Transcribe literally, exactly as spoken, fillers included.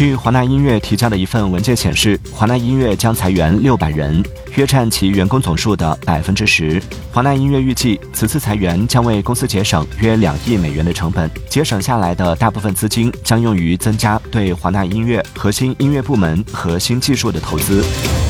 据华纳音乐提交的一份文件显示，华纳音乐将裁员六百人，约占其员工总数的百分之十。华纳音乐预计，此次裁员将为公司节省约两亿美元的成本，节省下来的大部分资金将用于增加对华纳音乐核心音乐部门和新技术的投资。